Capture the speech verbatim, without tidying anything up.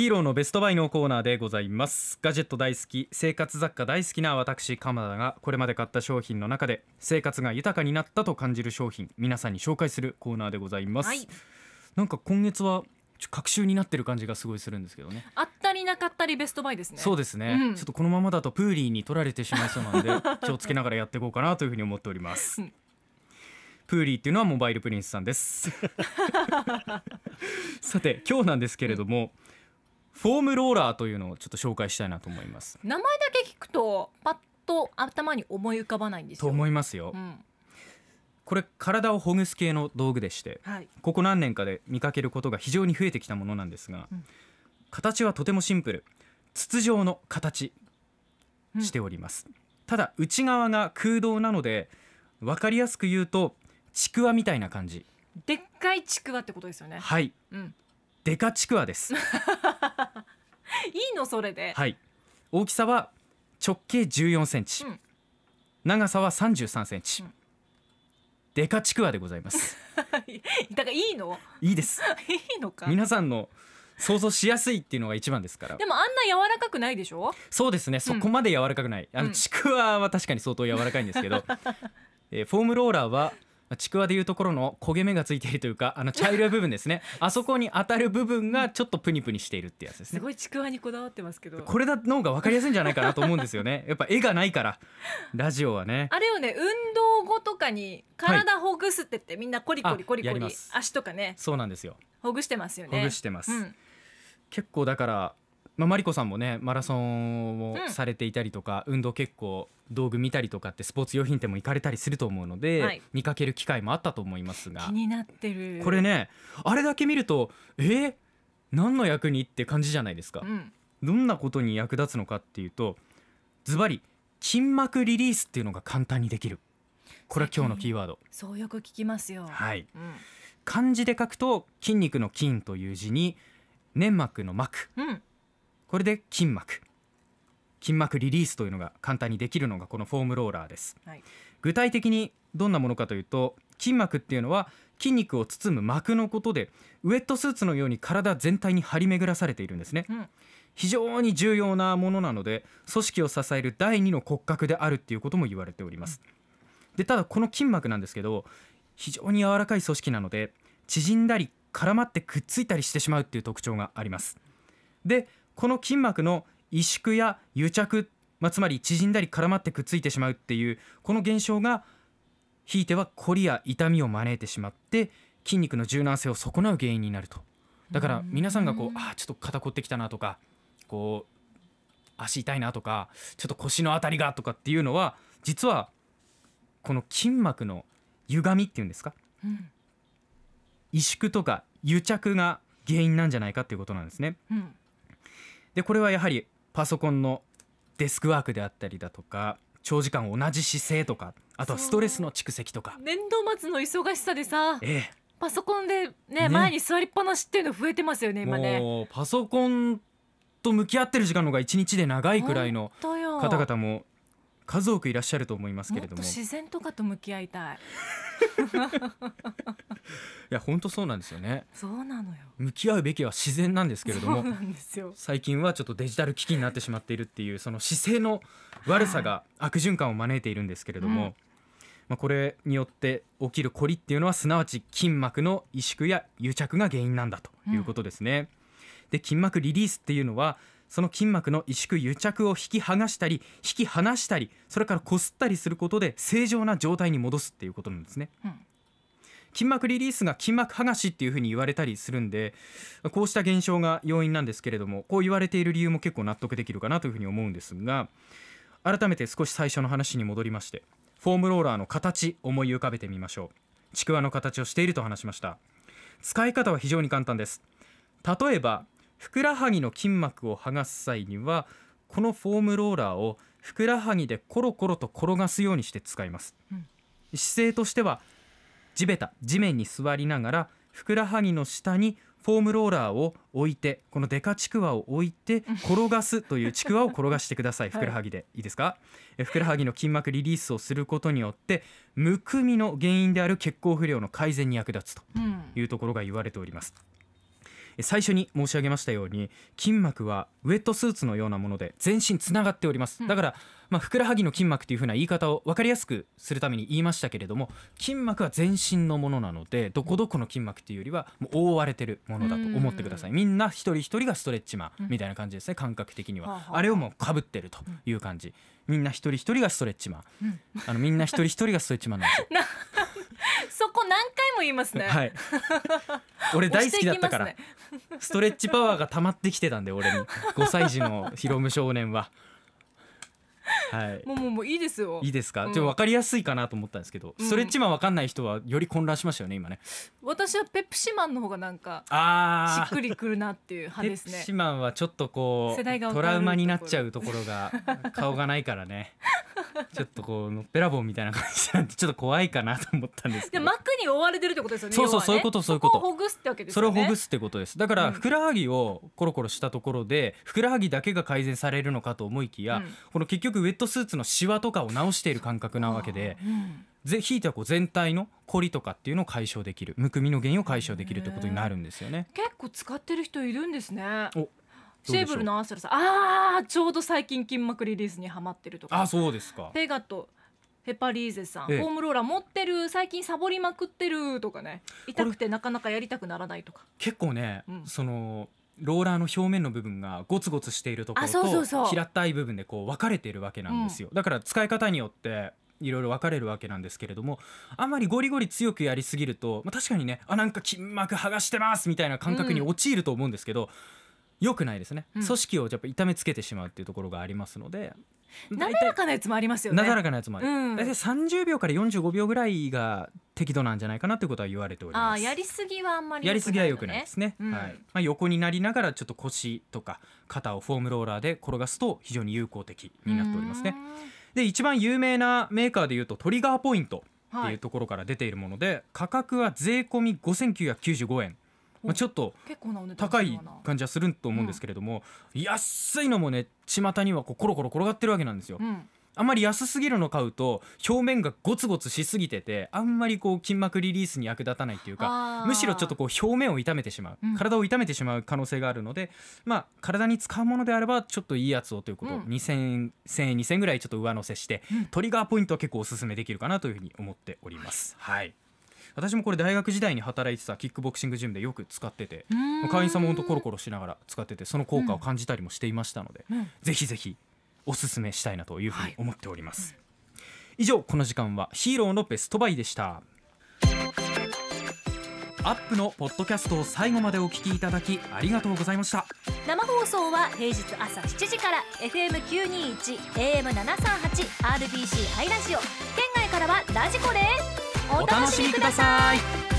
ヒーローのベストバイのコーナーでございます。ガジェット大好き、生活雑貨大好きな私鎌田がこれまで買った商品の中で生活が豊かになったと感じる商品、皆さんに紹介するコーナーでございます、はい、なんか今月は隔週になってる感じがすごいするんですけどね。 あったりなかったりベストバイですね。 そうですね、うん、ちょっとこのままだとプーリーに取られてしまいそうなので気をつけながらやっていこうかなというふうに思っております、うん、プーリーっていうのはモバイルプリンスさんですさて今日なんですけれども、うんフォームローラーというのをちょっと紹介したいなと思います。 名前だけ聞くとパッと頭に思い浮かばないんですよ。 と思いますよ、うん、これ体をほぐす系の道具でして、はい、ここ何年かで見かけることが非常に増えてきたものなんですが、うん、形はとてもシンプル、筒状の形しております、うん、ただ内側が空洞なので分かりやすく言うとちくわみたいな感じ。 でっかいちくわってことですよね。 はい、うんデカちくわですいいのそれで、 はい、大きさは直径じゅうよんセンチ、うん、長さはさんじゅうさんセンチ、うん、デカちくわでございますだからいいのいいですいいのか。 皆さんの想像しやすいっていうのが一番ですから。 でもあんな柔らかくないでしょ。 そうですね、そこまで柔らかくない、うん、あのちくわは確かに相当柔らかいんですけど、えー、フォームローラーはちくわでいうところの焦げ目がついているというか、あの茶色い部分ですねあそこに当たる部分がちょっとプニプニしているってやつですね。 すごいちくわにこだわってますけど、 これだの方が分かりやすいんじゃないかなと思うんですよねやっぱ絵がないからラジオはね。 あれよね、運動後とかに体ほぐすって言って、はい、みんなコリコリコリコリ足とかね。 そうなんですよ、 ほぐしてますよね。 ほぐしてます、うん、結構だからまあ、マリコさんもねマラソンをされていたりとか、うん、運動結構道具見たりとかってスポーツ用品店も行かれたりすると思うので、はい、見かける機会もあったと思いますが、 気になってる。 これねあれだけ見るとえー、何の役にって感じじゃないですか、うん、どんなことに役立つのかっていうとズバリ筋膜リリースっていうのが簡単にできる。これは今日のキーワード。 そうよく聞きますよ、 はい、うん、漢字で書くと筋肉の筋という字に粘膜の膜、うんこれで筋膜筋膜リリースというのが簡単にできるのがこのフォームローラーです、はい、具体的にどんなものかというと、筋膜っていうのは筋肉を包む膜のことでウエットスーツのように体全体に張り巡らされているんですね、うん、非常に重要なものなので組織を支える第二の骨格であるっていうことも言われております、うん、でただこの筋膜なんですけど非常に柔らかい組織なので縮んだり絡まってくっついたりしてしまうっていう特徴があります。でこの筋膜の萎縮や癒着、まあ、つまり縮んだり絡まってくっついてしまうっていうこの現象がひいては凝りや痛みを招いてしまって筋肉の柔軟性を損なう原因になると。だから皆さんがこうあちょっと肩凝ってきたなとかこう足痛いなとかちょっと腰のあたりがとかっていうのは実はこの筋膜の歪みっていうんですか、うん、萎縮とか癒着が原因なんじゃないかっていうことなんですね、うんでこれはやはりパソコンのデスクワークであったりだとか長時間同じ姿勢とかあとはストレスの蓄積とか年度末の忙しさでさ、 ええ、 パソコンで、ねね、前に座りっぱなしっていうの増えてますよね今ね。 もうパソコンと向き合ってる時間の方が一日で長いくらいの方々も数多くいらっしゃると思いますけれども、 もっと自然とかと向き合いたいいや本当そうなんですよね。 そうなのよ。 向き合うべきは自然なんですけれども、 そうなんですよ。 最近はちょっとデジタル機器になってしまっているっていうその姿勢の悪さが悪循環を招いているんですけれども、はい、まあ、これによって起きる凝りっていうのはすなわち筋膜の萎縮や癒着が原因なんだということですね、うん、で筋膜リリースっていうのはその筋膜の萎縮癒着を引き剥がしたり引き離したりそれからこすったりすることで正常な状態に戻すっていうことなんですね、うん、筋膜リリースが筋膜剥がしっていうふうに言われたりするんでこうした現象が要因なんですけれどもこう言われている理由も結構納得できるかなというふうに思うんですが改めて少し最初の話に戻りましてフォームローラーの形思い浮かべてみましょう。ちくわの形をしていると話しました。使い方は非常に簡単です。例えばふくらはぎの筋膜を剥がす際にはこのフォームローラーをふくらはぎでコロコロと転がすようにして使います、うん、姿勢としては地べた地面に座りながらふくらはぎの下にフォームローラーを置いてこのデカちくわを置いて転がすというちくわを転がしてくださいふくらはぎでいいですか。えふくらはぎの筋膜リリースをすることによってむくみの原因である血行不良の改善に役立つというところが言われております、 最初に申し上げましたように筋膜はウェットスーツのようなもので全身つながっております。だから、まあ、ふくらはぎの筋膜というふうな言い方を分かりやすくするために言いましたけれども、筋膜は全身のものなのでどこどこの筋膜というよりはもう覆われてるものだと思ってください。みんな一人一人がストレッチマンみたいな感じですね、感覚的には。あれをもう被ってるという感じ。みんな一人一人がストレッチマン、あのみんな一人一人がストレッチマンなんですよそこ何回も言いますね。 はい俺大好きだったから、ね、ストレッチパワーが溜まってきてたんで俺にごさい児のヒロム少年ははい、 もうもうもういいですよ。 いいですか、うん、ちょっと分かりやすいかなと思ったんですけど、うん、ストレッチマン分かんない人はより混乱しましたよね今ね。 私はペプシマンの方がなんかしっくりくるなっていう派ですね。 ペプシマンはちょっとこうトラウマになっちゃうところが顔がないからねちょっとこうのっぺらぼうみたいな感じなんでちょっと怖いかなと思ったんですけど。 で膜に覆われてるってことですよね。 そうそう、 ね、 そういうことそういうこと。 そこをほぐすってわけですよね。 それをほぐすってことです。だからふくらはぎをコロコロしたところでふくらはぎだけが改善されるのかと思いきや、うん、この結局ウェットスーツのシワとかを直している感覚なわけで、うん、ぜひいてはこう全体のコリとかっていうのを解消できる、むくみの原因を解消できるってことになるんですよね。 結構使ってる人いるんですね。 おシェーブルのアーサルさん、あーちょうど最近筋膜リリースにハマってるとか。 あ、そうですか。 ペガとヘパリーゼさん、 ええ、 フォームローラー持ってる、最近サボりまくってるとかね、痛くてなかなかやりたくならないとか。 結構ね、うん、そのローラーの表面の部分がゴツゴツしているところと平たい部分でこう分かれているわけなんですよ、うん、だから使い方によっていろいろ分かれるわけなんですけれども、あんまりゴリゴリ強くやりすぎると、まあ、確かにね、あ、なんか筋膜剥がしてますみたいな感覚に陥ると思うんですけど、うん、良くないですね、うん、組織をやっぱ痛めつけてしまうっていうところがありますので、 なだらかなやつもありますよね。 なだらかなやつもある、 うん、 大体さんじゅうびょうからよんじゅうごびょうぐらいが適度なんじゃないかなってことは言われております。 あ、やりすぎはあんまり良くないのね。やりすぎは良くないですね、 うん、 はい、まあ、横になりながらちょっと腰とか肩をフォームローラーで転がすと非常に有効的になっておりますね。で一番有名なメーカーでいうとトリガーポイントっていうところから出ているもので、はい、価格は税込みごせんきゅうひゃくきゅうじゅうごえん、まあ、ちょっと高い感じはすると思うんですけれども、うん、安いのもね巷にはこうコロコロ転がってるわけなんですよ、うん、あんまり安すぎるの買うと表面がゴツゴツしすぎててあんまりこう筋膜リリースに役立たないっていうか、むしろちょっとこう表面を痛めてしまう、うん、体を痛めてしまう可能性があるので、まあ体に使うものであればちょっといいやつをということ、うん、にせんえんせんえんにせんえんぐらいちょっと上乗せして、うん、トリガーポイントは結構おすすめできるかなというふうに思っております、はい、私もこれ大学時代に働いてたキックボクシングジムでよく使ってて、会員さんもほんとコロコロしながら使っててその効果を感じたりもしていましたので、うん、ぜひぜひおすすめしたいなというふうに思っております、はい、以上この時間はヒーローのベストバイでした。アップのポッドキャストを最後までお聞きいただきありがとうございました。 生放送は平日朝しちじから エフエムきゅうにいち エーエムななさんはち アールビーシー ハイラジオ、県外からはラジコです。 お楽しみください。